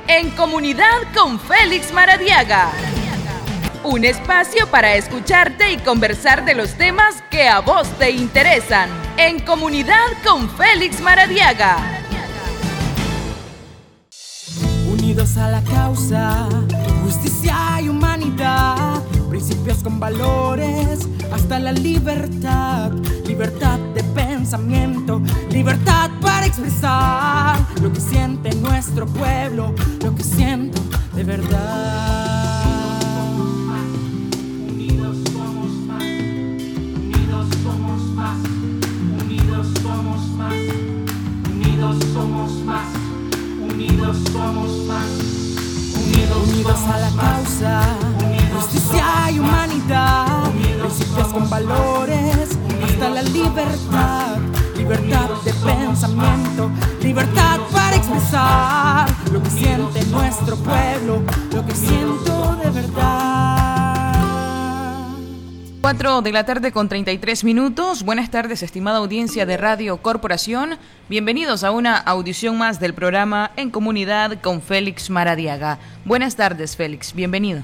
En Comunidad con Félix Maradiaga. Un espacio para escucharte y conversar de los temas que a vos te interesan. En Comunidad con Félix Maradiaga. Unidos a la causa, justicia y humanidad, principios con valores, hasta la libertad. Libertad de pensamiento, libertad para expresar lo que siente nuestro pueblo, lo que siento de verdad. Unidos somos más, unidos somos más, unidos somos más, unidos somos más, unidos somos más, unidos a la causa, justicia y humanidad, principios con valores, hasta la libertad. Libertad de pensamiento, libertad para expresar lo que siente nuestro pueblo, lo que siento de verdad. 4 de la tarde con 33 minutos. Buenas tardes, estimada audiencia de Radio Corporación. Bienvenidos a una audición más del programa En Comunidad con Félix Maradiaga. Buenas tardes, Félix. Bienvenido.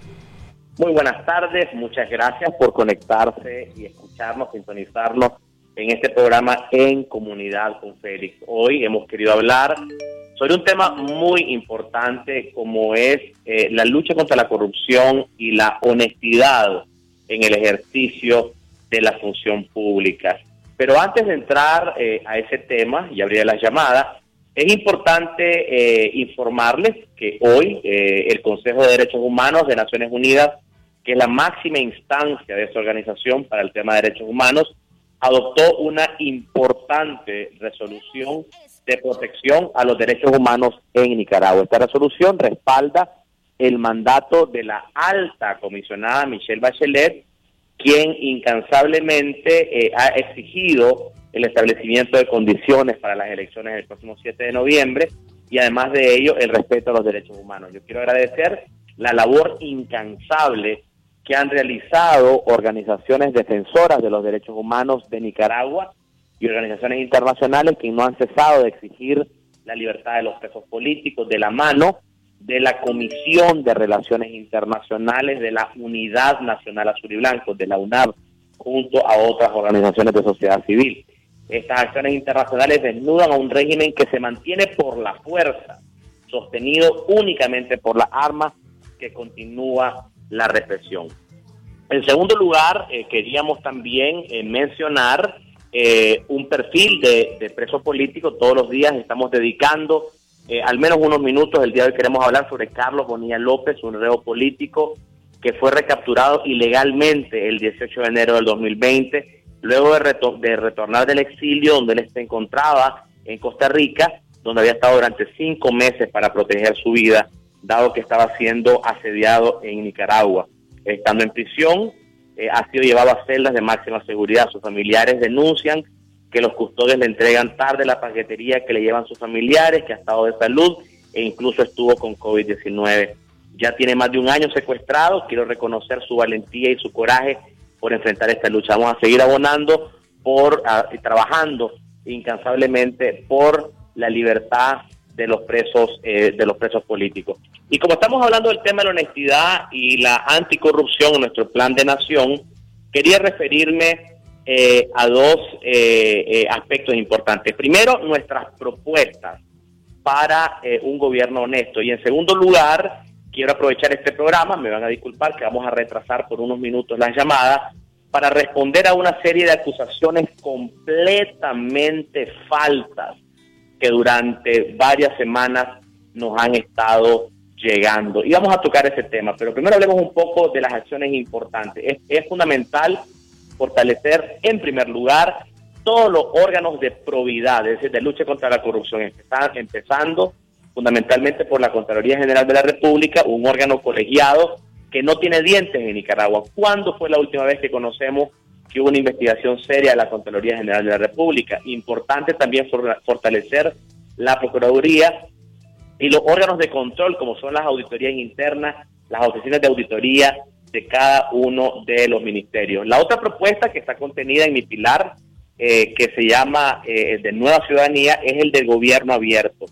Muy buenas tardes. Muchas gracias por conectarse y escucharnos, sintonizarnos en este programa En Comunidad con Félix. Hoy hemos querido hablar sobre un tema muy importante como es la lucha contra la corrupción y la honestidad en el ejercicio de la función pública. Pero antes de entrar a ese tema y abrir las llamadas, es importante informarles que hoy el Consejo de Derechos Humanos de Naciones Unidas, que es la máxima instancia de esa organización para el tema de derechos humanos, adoptó una importante resolución de protección a los derechos humanos en Nicaragua. Esta resolución respalda el mandato de la alta comisionada Michelle Bachelet, quien incansablemente ha exigido el establecimiento de condiciones para las elecciones del próximo 7 de noviembre y además de ello el respeto a los derechos humanos. Yo quiero agradecer la labor incansable que han realizado organizaciones defensoras de los derechos humanos de Nicaragua y organizaciones internacionales que no han cesado de exigir la libertad de los presos políticos de la mano de la Comisión de Relaciones Internacionales de la Unidad Nacional Azul y Blanco, de la UNAV, junto a otras organizaciones de sociedad civil. Estas acciones internacionales desnudan a un régimen que se mantiene por la fuerza, sostenido únicamente por las armas, que continúa la represión. En segundo lugar, queríamos también mencionar un perfil de preso político. Todos los días estamos dedicando al menos unos minutos. El día de hoy queremos hablar sobre Carlos Bonilla López, un reo político que fue recapturado ilegalmente el 18 de enero del 2020, luego de retornar del exilio donde él se encontraba en Costa Rica, donde había estado durante 5 meses para proteger su vida, dado que estaba siendo asediado en Nicaragua. Estando en prisión, ha sido llevado a celdas de máxima seguridad. Sus familiares denuncian que los custodios le entregan tarde la paquetería que le llevan sus familiares, que ha estado de salud e incluso estuvo con COVID-19. Ya tiene más de un año secuestrado. Quiero reconocer su valentía y su coraje por enfrentar esta lucha. Vamos a seguir abonando y trabajando incansablemente por la libertad de los presos políticos. Y como estamos hablando del tema de la honestidad y la anticorrupción en nuestro plan de nación, quería referirme a dos aspectos importantes. Primero, nuestras propuestas para un gobierno honesto. Y en segundo lugar, quiero aprovechar este programa, me van a disculpar que vamos a retrasar por unos minutos las llamadas, para responder a una serie de acusaciones completamente falsas que durante varias semanas nos han estado llegando. Y vamos a tocar ese tema, pero primero hablemos un poco de las acciones importantes. Es fundamental fortalecer, en primer lugar, todos los órganos de probidad, es decir, de lucha contra la corrupción, empezando fundamentalmente por la Contraloría General de la República, un órgano colegiado que no tiene dientes en Nicaragua. ¿Cuándo fue la última vez que conocemos que hubo una investigación seria de la Contraloría General de la República? Importante también fortalecer la Procuraduría y los órganos de control, como son las auditorías internas, las oficinas de auditoría de cada uno de los ministerios. La otra propuesta que está contenida en mi pilar, que se llama de Nueva Ciudadanía, es el del gobierno abierto,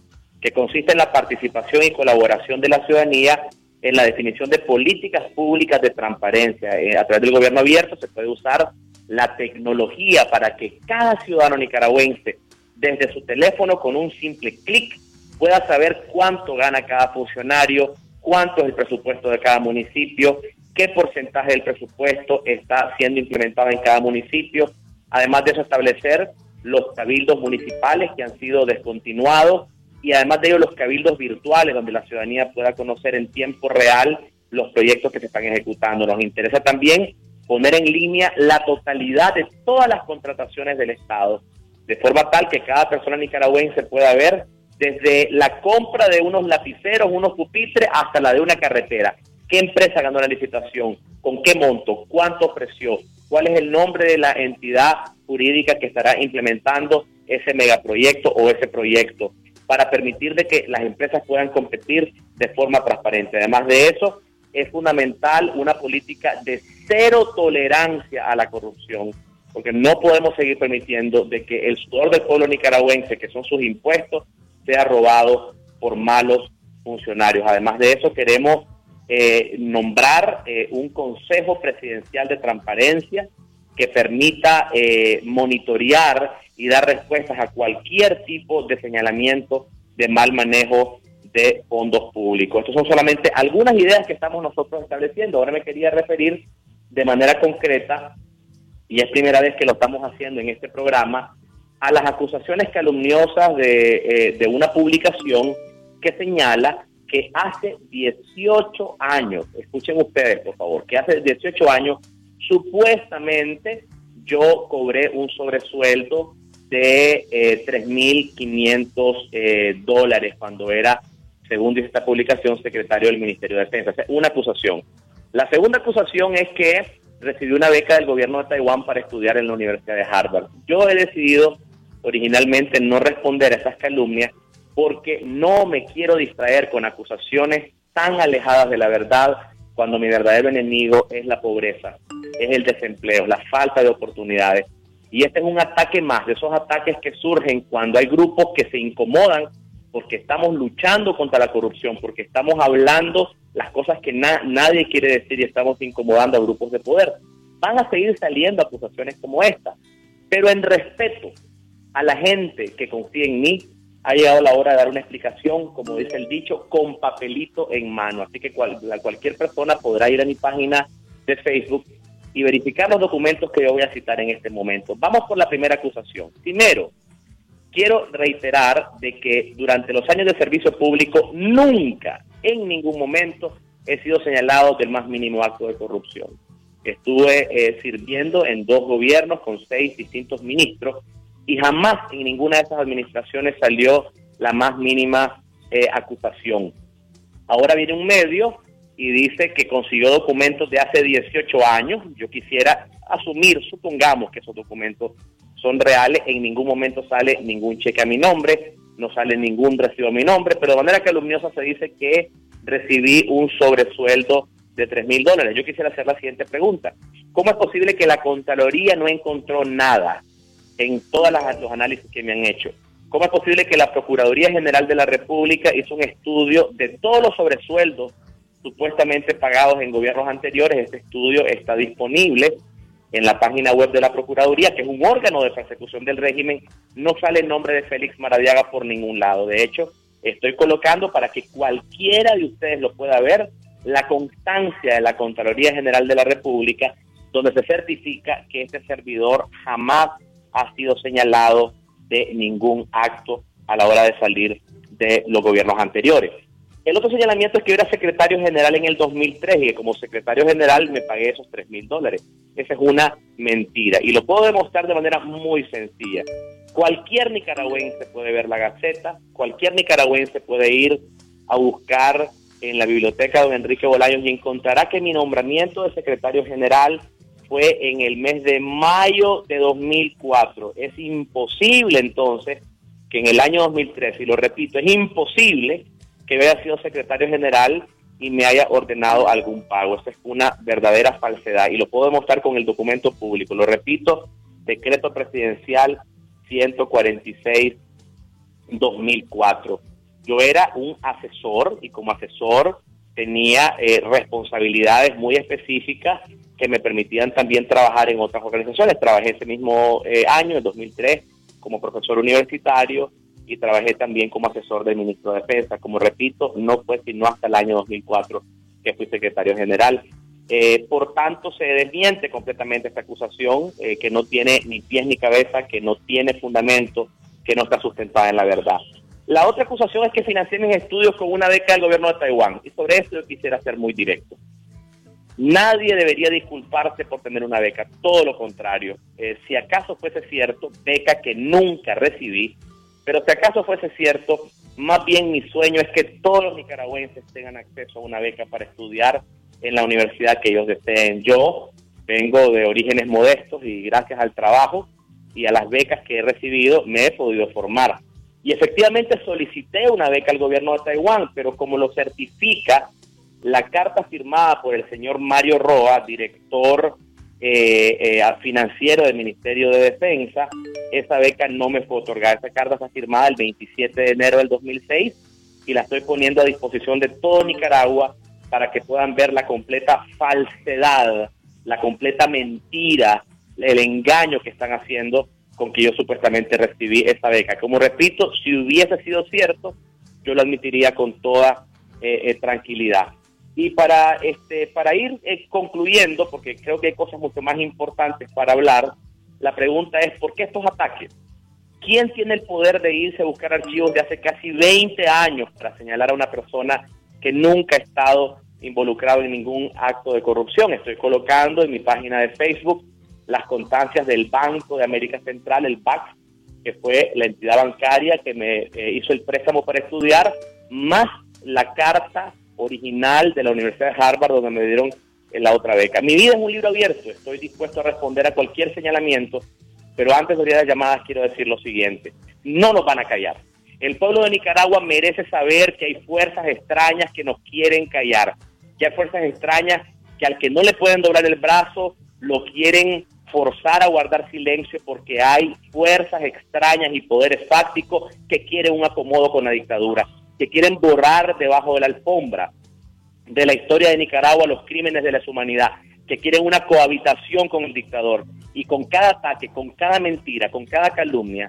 que consiste en la participación y colaboración de la ciudadanía en la definición de políticas públicas de transparencia. A través del gobierno abierto se puede usar la tecnología para que cada ciudadano nicaragüense, desde su teléfono, con un simple clic, pueda saber cuánto gana cada funcionario, cuánto es el presupuesto de cada municipio, qué porcentaje del presupuesto está siendo implementado en cada municipio. Además de eso, establecer los cabildos municipales que han sido descontinuados y además de ello los cabildos virtuales donde la ciudadanía pueda conocer en tiempo real los proyectos que se están ejecutando. Nos interesa también poner en línea la totalidad de todas las contrataciones del Estado, de forma tal que cada persona nicaragüense pueda ver desde la compra de unos lapiceros, unos pupitres, hasta la de una carretera. ¿Qué empresa ganó la licitación? ¿Con qué monto? ¿Cuánto ofreció? ¿Cuál es el nombre de la entidad jurídica que estará implementando ese megaproyecto o ese proyecto? Para permitir de que las empresas puedan competir de forma transparente. Además de eso, es fundamental una política de cero tolerancia a la corrupción, porque no podemos seguir permitiendo de que el sudor del pueblo nicaragüense, que son sus impuestos, sea robado por malos funcionarios. Además de eso, queremos nombrar un Consejo Presidencial de Transparencia que permita monitorear y dar respuestas a cualquier tipo de señalamiento de mal manejo de fondos públicos. Estas son solamente algunas ideas que estamos nosotros estableciendo. Ahora me quería referir de manera concreta, y es primera vez que lo estamos haciendo en este programa, a las acusaciones calumniosas de una publicación que señala que hace 18 años, escuchen ustedes por favor, que hace 18 años supuestamente yo cobré un sobresueldo de $3,500 cuando era, según dice esta publicación, secretario del Ministerio de Defensa. O sea, una acusación. La segunda acusación es que recibí una beca del gobierno de Taiwán para estudiar en la Universidad de Harvard. Yo he decidido originalmente no responder a esas calumnias porque no me quiero distraer con acusaciones tan alejadas de la verdad cuando mi verdadero enemigo es la pobreza, es el desempleo, la falta de oportunidades. Y este es un ataque más de esos ataques que surgen cuando hay grupos que se incomodan porque estamos luchando contra la corrupción, porque estamos hablando las cosas que nadie quiere decir y estamos incomodando a grupos de poder. Van a seguir saliendo acusaciones como esta, pero en respeto a la gente que confía en mí, ha llegado la hora de dar una explicación, como dice el dicho, con papelito en mano. Así que cualquier persona podrá ir a mi página de Facebook y verificar los documentos que yo voy a citar en este momento. Vamos por la primera acusación. Primero, quiero reiterar de que durante los años de servicio público nunca, en ningún momento, he sido señalado del más mínimo acto de corrupción. Estuve sirviendo en 2 gobiernos con 6 distintos ministros y jamás en ninguna de esas administraciones salió la más mínima acusación. Ahora viene un medio y dice que consiguió documentos de hace 18 años. Yo quisiera asumir, supongamos que esos documentos son reales, en ningún momento sale ningún cheque a mi nombre, no sale ningún recibo a mi nombre, pero de manera calumniosa se dice que recibí un sobresueldo de $3,000. Yo quisiera hacer la siguiente pregunta. ¿Cómo es posible que la Contraloría no encontró nada en todos los análisis que me han hecho? ¿Cómo es posible que la Procuraduría General de la República hizo un estudio de todos los sobresueldos supuestamente pagados en gobiernos anteriores? Este estudio está disponible en la página web de la Procuraduría, que es un órgano de persecución del régimen. No sale el nombre de Félix Maradiaga por ningún lado. De hecho, estoy colocando para que cualquiera de ustedes lo pueda ver, la constancia de la Contraloría General de la República, donde se certifica que este servidor jamás ha sido señalado de ningún acto a la hora de salir de los gobiernos anteriores. El otro señalamiento es que yo era secretario general en el 2003 y que como secretario general me pagué esos $3,000. Esa es una mentira y lo puedo demostrar de manera muy sencilla. Cualquier nicaragüense puede ver la Gaceta, cualquier nicaragüense puede ir a buscar en la biblioteca de don Enrique Bolaños y encontrará que mi nombramiento de secretario general fue en el mes de mayo de 2004. Es imposible entonces que en el año 2013, y lo repito, es imposible que haya sido secretario general y me haya ordenado algún pago. Esa es una verdadera falsedad y lo puedo demostrar con el documento público. Lo repito, decreto presidencial 146-2004. Yo era un asesor y como asesor tenía responsabilidades muy específicas que me permitían también trabajar en otras organizaciones. Trabajé ese mismo año, en 2003, como profesor universitario y trabajé también como asesor del ministro de Defensa. Como repito, no fue sino hasta el año 2004 que fui secretario general. Por tanto, se desmiente completamente esta acusación, que no tiene ni pies ni cabeza, que no tiene fundamento, que no está sustentada en la verdad. La otra acusación es que financié mis estudios con una beca del gobierno de Taiwán, y sobre esto yo quisiera ser muy directo. Nadie debería disculparse por tener una beca, todo lo contrario. Si acaso fuese cierto, beca que nunca recibí, pero si acaso fuese cierto, más bien mi sueño es que todos los nicaragüenses tengan acceso a una beca para estudiar en la universidad que ellos deseen. Yo vengo de orígenes modestos y gracias al trabajo y a las becas que he recibido me he podido formar. Y efectivamente solicité una beca al gobierno de Taiwán, pero como lo certifica la carta firmada por el señor Mario Roa, director financiero del Ministerio de Defensa, esa beca no me fue otorgada. Esa carta está firmada el 27 de enero del 2006 y la estoy poniendo a disposición de todo Nicaragua para que puedan ver la completa falsedad, la completa mentira, el engaño que están haciendo con que yo supuestamente recibí esa beca. Como repito, si hubiese sido cierto, yo lo admitiría con toda tranquilidad. Y para ir concluyendo, porque creo que hay cosas mucho más importantes para hablar, la pregunta es, ¿por qué estos ataques? ¿Quién tiene el poder de irse a buscar archivos de hace casi 20 años para señalar a una persona que nunca ha estado involucrado en ningún acto de corrupción? Estoy colocando en mi página de Facebook las constancias del Banco de América Central, el BAC, que fue la entidad bancaria que me hizo el préstamo para estudiar, más la carta original de la Universidad de Harvard donde me dieron la otra beca. Mi vida es un libro abierto, estoy dispuesto a responder a cualquier señalamiento, pero antes de abrir las llamadas quiero decir lo siguiente: no nos van a callar. El pueblo de Nicaragua merece saber que hay fuerzas extrañas que nos quieren callar, que hay fuerzas extrañas que al que no le pueden doblar el brazo lo quieren forzar a guardar silencio, porque hay fuerzas extrañas y poderes fácticos que quieren un acomodo con la dictadura, que quieren borrar debajo de la alfombra de la historia de Nicaragua los crímenes de lesa humanidad, que quieren una cohabitación con el dictador. Y con cada ataque, con cada mentira, con cada calumnia,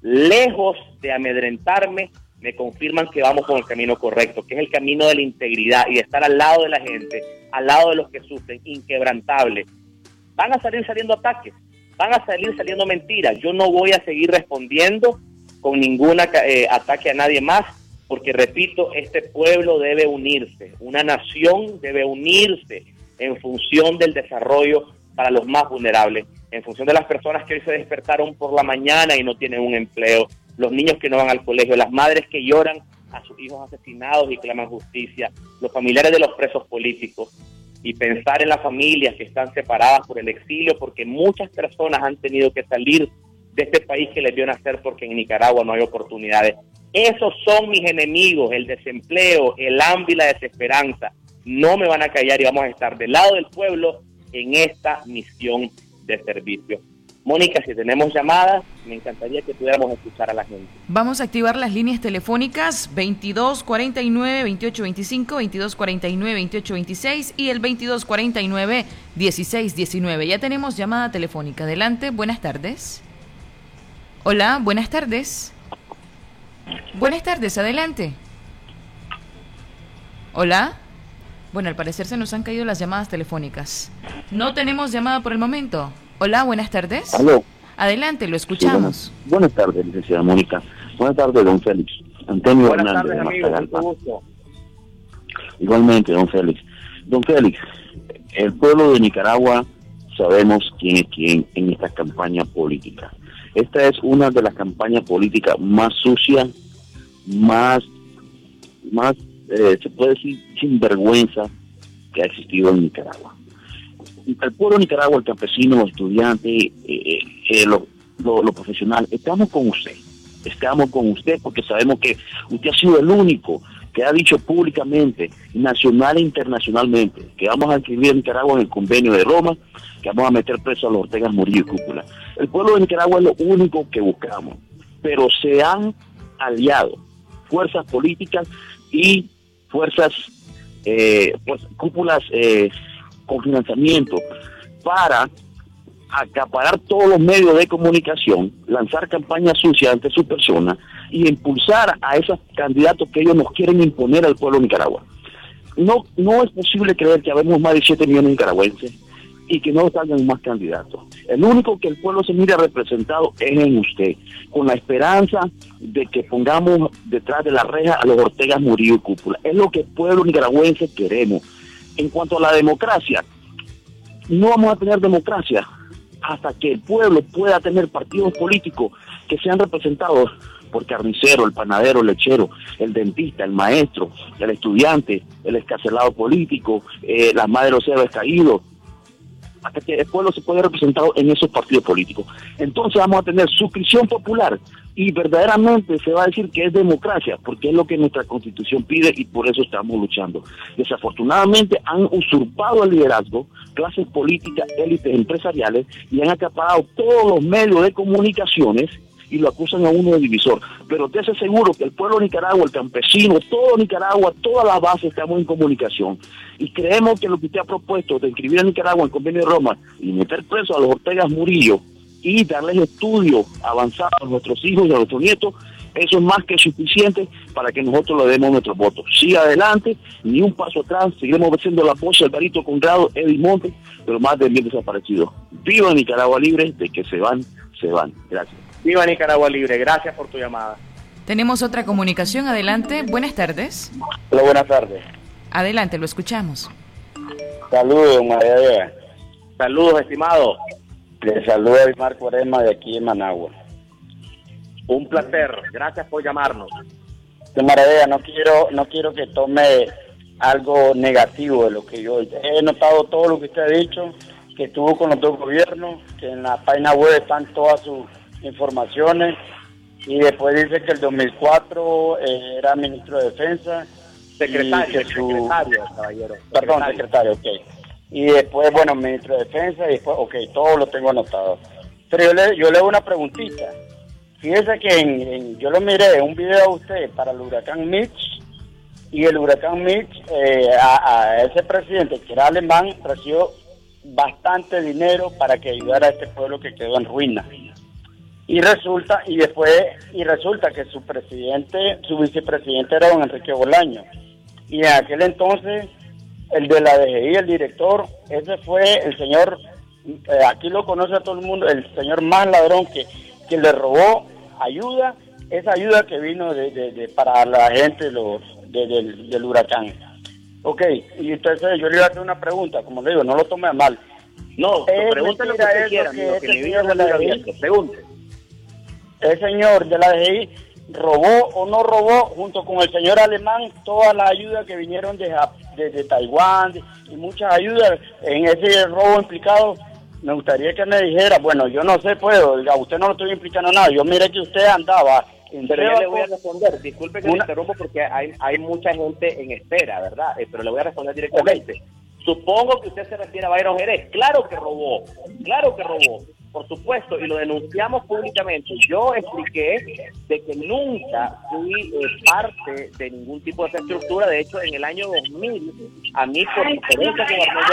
lejos de amedrentarme, me confirman que vamos por el camino correcto, que es el camino de la integridad y de estar al lado de la gente, al lado de los que sufren, inquebrantable. Van a salir saliendo ataques, van a salir saliendo mentiras. Yo no voy a seguir respondiendo con ningún ataque a nadie más, porque repito, este pueblo debe unirse, una nación debe unirse en función del desarrollo para los más vulnerables, en función de las personas que hoy se despertaron por la mañana y no tienen un empleo, los niños que no van al colegio, las madres que lloran a sus hijos asesinados y claman justicia, los familiares de los presos políticos, y pensar en las familias que están separadas por el exilio, porque muchas personas han tenido que salir de este país que les vio nacer porque en Nicaragua no hay oportunidades. Esos son mis enemigos, el desempleo, el hambre y la desesperanza. No me van a callar y vamos a estar del lado del pueblo en esta misión de servicio. Mónica, si tenemos llamadas, me encantaría que pudiéramos escuchar a la gente. Vamos a activar las líneas telefónicas 2249-2825, 2249-2826 y el 2249-1619. Ya tenemos llamada telefónica. Adelante, buenas tardes. Hola, buenas tardes. Buenas tardes, adelante. Hola. Bueno, al parecer se nos han caído las llamadas telefónicas. No tenemos llamada por el momento. Hola, buenas tardes. Aló. Adelante, lo escuchamos. Sí, buenas tardes, licenciada Mónica. Buenas tardes, don Félix. Antonio Buenas Hernández, tardes, de amigo, Matagalpa. mucho gusto. Igualmente, don Félix. Don Félix, el pueblo de Nicaragua sabemos quién es quién en esta campaña política. Esta es una de las campañas políticas más sucias, más se puede decir, sinvergüenza que ha existido en Nicaragua. El pueblo de Nicaragua, el campesino, los estudiantes, los profesionales, estamos con usted porque sabemos que usted ha sido el único que ha dicho públicamente, nacional e internacionalmente, que vamos a inscribir a Nicaragua en el convenio de Roma, que vamos a meter preso a los Ortega Murillo y Cúpula. El pueblo de Nicaragua es lo único que buscamos, pero se han aliado fuerzas políticas y fuerzas, pues, cúpulas con financiamiento para acaparar todos los medios de comunicación, lanzar campañas sucias ante su persona y impulsar a esos candidatos que ellos nos quieren imponer al pueblo de Nicaragua. No es posible creer que habemos más de 7 millones de nicaragüenses y que no salgan más candidatos. El único que el pueblo se mira representado es en usted, con la esperanza de que pongamos detrás de la reja a los Ortega, Murillo y Cúpula. Es lo que el pueblo nicaragüense queremos. En cuanto a la democracia, no vamos a tener democracia hasta que el pueblo pueda tener partidos políticos que sean representados por carnicero, el panadero, el lechero, el dentista, el maestro, el estudiante, el excarcelado político, la madre de los héroes caídos, hasta que el pueblo se pueda representar en esos partidos políticos. Entonces vamos a tener suscripción popular y verdaderamente se va a decir que es democracia, porque es lo que nuestra Constitución pide y por eso estamos luchando. Desafortunadamente han usurpado el liderazgo clases políticas, élites empresariales y han acaparado todos los medios de comunicaciones y lo acusan a uno de divisor. Pero te hace seguro que el pueblo de Nicaragua, el campesino, todo Nicaragua, todas las bases estamos en comunicación. Y creemos que lo que usted ha propuesto de inscribir a Nicaragua en el Convenio de Roma y meter preso a los Ortega Murillo y darles estudios avanzados a nuestros hijos y a nuestros nietos, eso es más que suficiente para que nosotros le demos nuestros votos. Siga adelante, ni un paso atrás, seguiremos venciendo la voz Alvarito Conrado, Eddie Monte, pero más de bien desaparecidos. Viva Nicaragua Libre, de que se van, se van. Gracias. Viva Nicaragua Libre, gracias por tu llamada. Tenemos otra comunicación, adelante, buenas tardes. Hola, buenas tardes. Adelante, lo escuchamos. Saludos, María. Saludos, estimado. Les saluda Aymar Cuaresma de aquí en Managua. Un placer, gracias por llamarnos. Maravilla, no quiero que tome algo negativo de lo que yo he notado, todo lo que usted ha dicho, que estuvo con los dos gobiernos, que en la página web están todas sus informaciones, y después dice que el 2004 era ministro de Defensa. Secretario, caballero. Perdón, secretario, ok. Y después, bueno, ministro de Defensa, y después, ok, todo lo tengo anotado. Pero yo le hago una preguntita. Fíjese que yo lo miré en un video a usted para el huracán Mitch, y el huracán Mitch, a ese presidente que era alemán, recibió bastante dinero para que ayudara a este pueblo que quedó en ruina. Y resulta que su vicepresidente era don Enrique Bolaño. Y en aquel entonces, el de la DGI, el director, ese fue el señor, aquí lo conoce a todo el mundo, el señor más ladrón que le robó ayuda, esa ayuda que vino para la gente del huracán. Ok, y entonces yo le iba a hacer una pregunta, como le digo, no lo tome a mal. No, pregunte lo que usted quiera, que mi vida es muy abierta, pregunte. El señor de la DGI robó o no robó, junto con el señor alemán, toda la ayuda que vinieron de Taiwán y muchas ayudas en ese robo implicado. Me gustaría que me dijera, bueno, yo no sé, pues, a usted no lo estoy implicando nada, yo miré que usted andaba. Pero yo le voy a responder, disculpe que le interrumpo porque hay mucha gente en espera, ¿verdad? Pero le voy a responder directamente. Okay. Supongo que usted se refiere a Byron Jerez. Claro que robó, por supuesto, y lo denunciamos públicamente. Yo expliqué de que nunca fui parte de ningún tipo de esa estructura. De hecho, en el año 2000, a mí, por diferencia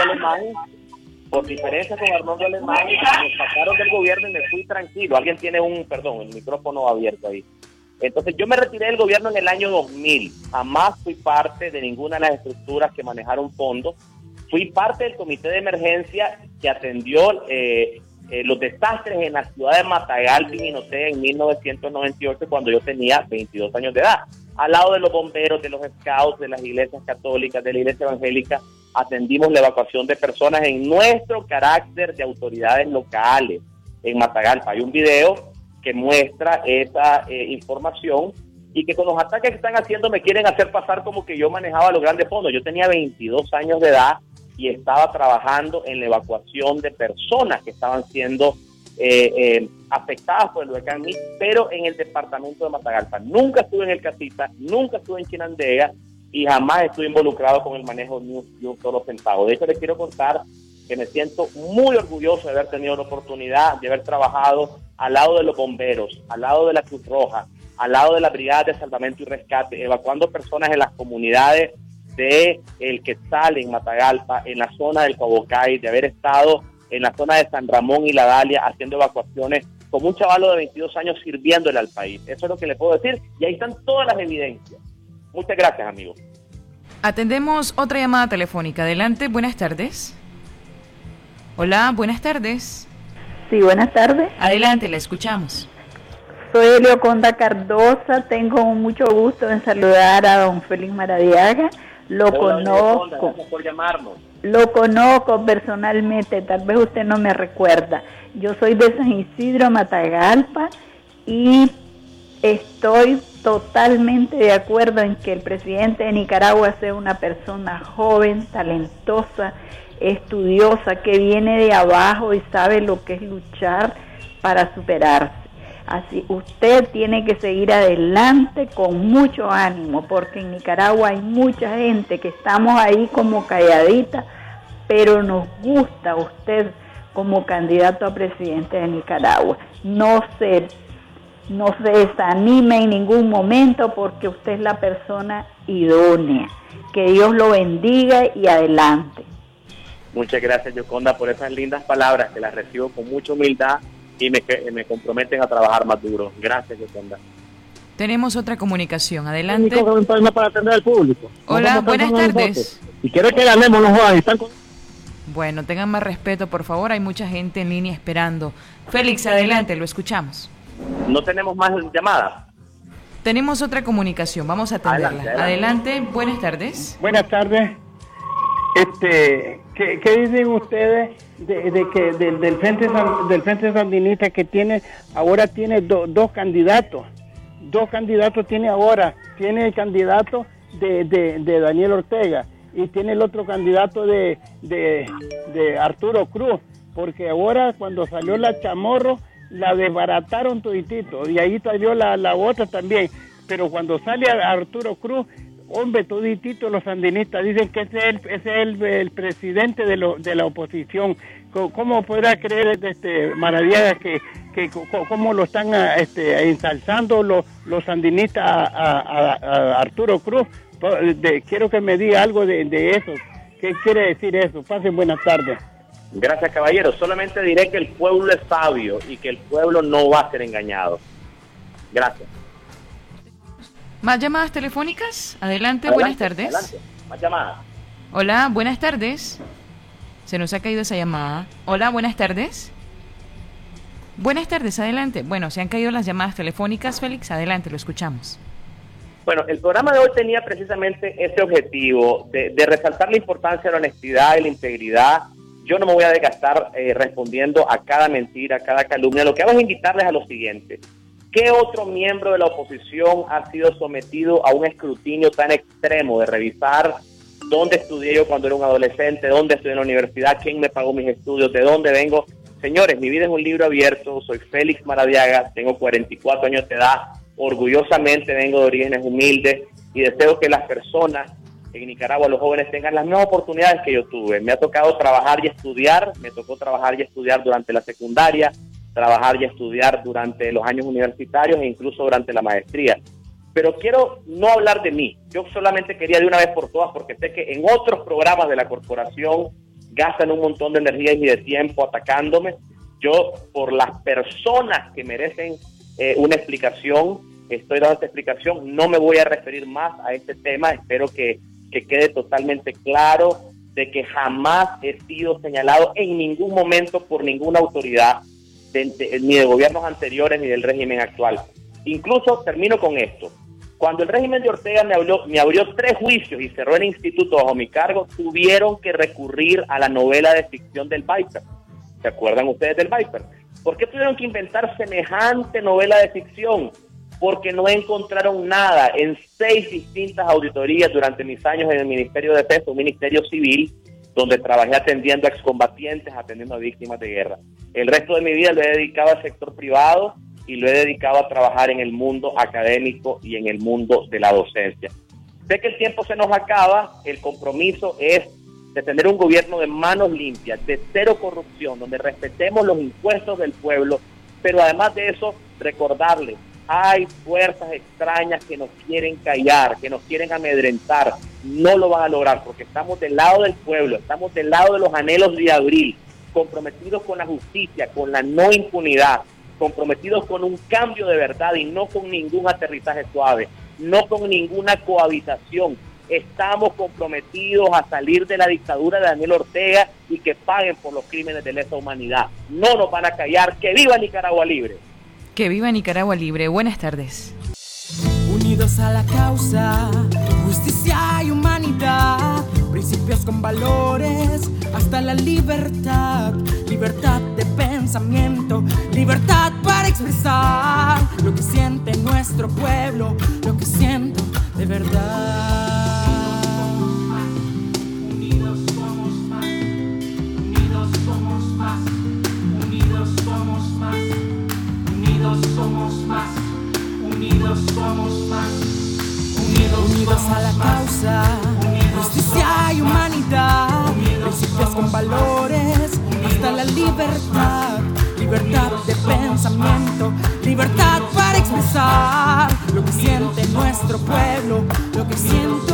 con Arnoldo Alemán, me sacaron del gobierno y me fui tranquilo. Alguien tiene el micrófono abierto ahí. Entonces yo me retiré del gobierno en el año 2000. Jamás fui parte de ninguna de las estructuras que manejaron fondos. Fui parte del comité de emergencia que atendió los desastres en la ciudad de Matagalpa, en 1998, cuando yo tenía 22 años de edad. Al lado de los bomberos, de los scouts, de las iglesias católicas, de la iglesia evangélica, atendimos la evacuación de personas en nuestro carácter de autoridades locales en Matagalpa. Hay un video que muestra esa información y que con los ataques que están haciendo me quieren hacer pasar como que yo manejaba los grandes fondos. Yo tenía 22 años de edad y estaba trabajando en la evacuación de personas que estaban siendo afectadas por el huracán Mitch, pero en el departamento de Matagalpa. Nunca estuve en el Casita, nunca estuve en Chinandega y jamás estuve involucrado con el manejo de un solo centavo. De hecho, les quiero contar que me siento muy orgulloso de haber tenido la oportunidad de haber trabajado al lado de los bomberos, al lado de la Cruz Roja, al lado de las brigadas de salvamento y rescate, evacuando personas en las comunidades de El Quetzal, en Matagalpa, en la zona del Cobocay, de haber estado en la zona de San Ramón y La Dalia haciendo evacuaciones como un chavalo de 22 años sirviéndole al país. Eso es lo que le puedo decir y ahí están todas las evidencias. Muchas gracias, amigo. Atendemos otra llamada telefónica. Adelante, buenas tardes. Hola, buenas tardes. Sí, buenas tardes. Adelante, la escuchamos. Soy Leoconda Cardosa, tengo mucho gusto en saludar a don Félix Maradiaga. Hola, Leoconda, gracias por llamarnos. Lo conozco personalmente, tal vez usted no me recuerda. Yo soy de San Isidro, Matagalpa, y estoy totalmente de acuerdo en que el presidente de Nicaragua sea una persona joven, talentosa, estudiosa, que viene de abajo y sabe lo que es luchar para superarse. Así, usted tiene que seguir adelante con mucho ánimo, porque en Nicaragua hay mucha gente que estamos ahí como calladita, pero nos gusta usted como candidato a presidente de Nicaragua. No se desanime en ningún momento, porque usted es la persona idónea. Que Dios lo bendiga y adelante. Muchas gracias, Yoconda, por esas lindas palabras, que las recibo con mucha humildad y me comprometen a trabajar más duro. Gracias, Yoconda. Tenemos otra comunicación. Adelante. Para atender al público. Hola, buenas tardes. Si quiere que ganemos, los jóvenes están con... Bueno, tengan más respeto, por favor. Hay mucha gente en línea esperando. Félix, adelante, lo escuchamos. No tenemos más llamadas. Tenemos otra comunicación, vamos a atenderla. Adelante, buenas tardes. Buenas tardes. ¿Qué dicen ustedes de que del Frente Sandinista, que ahora tiene dos candidatos? Dos candidatos tiene ahora. Tiene el candidato de Daniel Ortega y tiene el otro candidato de Arturo Cruz, porque ahora cuando salió la Chamorro la desbarataron toditito, y ahí salió la otra también, pero cuando sale Arturo Cruz, hombre, toditito los sandinistas dicen que ese es el presidente de la oposición. ¿Cómo podrá creer Maradiaga que cómo lo están ensalzando los sandinistas a Arturo Cruz? Quiero que me diga algo de eso. ¿Qué quiere decir eso? Pasen buenas tardes. Gracias, caballero. Solamente diré que el pueblo es sabio y que el pueblo no va a ser engañado. Gracias. ¿Más llamadas telefónicas? Adelante, buenas tardes. Adelante, más llamadas. Hola, buenas tardes. Se nos ha caído esa llamada. Hola, buenas tardes. Buenas tardes, adelante. Bueno, se han caído las llamadas telefónicas, Félix. Adelante, lo escuchamos. Bueno, el programa de hoy tenía precisamente ese objetivo de resaltar la importancia de la honestidad y la integridad. Yo no me voy a desgastar respondiendo a cada mentira, a cada calumnia. Lo que hago es invitarles a lo siguiente. ¿Qué otro miembro de la oposición ha sido sometido a un escrutinio tan extremo de revisar dónde estudié yo cuando era un adolescente, dónde estudié en la universidad, quién me pagó mis estudios, de dónde vengo? Señores, mi vida es un libro abierto. Soy Félix Maradiaga, tengo 44 años de edad, orgullosamente vengo de orígenes humildes y deseo que las personas en Nicaragua, los jóvenes, tengan las mismas oportunidades que yo tuve. Me ha tocado trabajar y estudiar, me tocó trabajar y estudiar durante la secundaria, trabajar y estudiar durante los años universitarios e incluso durante la maestría. Pero quiero no hablar de mí, yo solamente quería de una vez por todas, porque sé que en otros programas de la corporación gastan un montón de energía y de tiempo atacándome. Yo, por las personas que merecen una explicación, estoy dando esta explicación, no me voy a referir más a este tema. Espero que quede totalmente claro de que jamás he sido señalado en ningún momento por ninguna autoridad, ni de gobiernos anteriores ni del régimen actual. Incluso termino con esto. Cuando el régimen de Ortega me abrió 3 juicios y cerró el instituto bajo mi cargo, tuvieron que recurrir a la novela de ficción del Viper. ¿Se acuerdan ustedes del Viper? ¿Por qué tuvieron que inventar semejante novela de ficción? Porque no encontraron nada en 6 distintas auditorías durante mis años en el Ministerio de Defensa, un ministerio civil, donde trabajé atendiendo a excombatientes, atendiendo a víctimas de guerra. El resto de mi vida lo he dedicado al sector privado y lo he dedicado a trabajar en el mundo académico y en el mundo de la docencia. Sé que el tiempo se nos acaba, el compromiso es de tener un gobierno de manos limpias, de cero corrupción, donde respetemos los impuestos del pueblo, pero además de eso, recordarles Hay fuerzas extrañas que nos quieren callar, que nos quieren amedrentar. No lo van a lograr porque estamos del lado del pueblo, estamos del lado de los anhelos de Abril, comprometidos con la justicia, con la no impunidad, comprometidos con un cambio de verdad y no con ningún aterrizaje suave, no con ninguna cohabitación. Estamos comprometidos a salir de la dictadura de Daniel Ortega y que paguen por los crímenes de lesa humanidad. No nos van a callar. ¡Que viva Nicaragua libre! Que viva Nicaragua libre. Buenas tardes. Unidos a la causa, justicia y humanidad, principios con valores, hasta la libertad, libertad de pensamiento, libertad para expresar lo que siente nuestro pueblo, lo que siento de verdad. Unidos somos más, unidos somos más, unidos somos más, unidos somos más, unidos somos más, unidos a la causa, justicia y humanidad, principios con valores, hasta la libertad, libertad de pensamiento, libertad para expresar lo que siente nuestro pueblo, lo que siente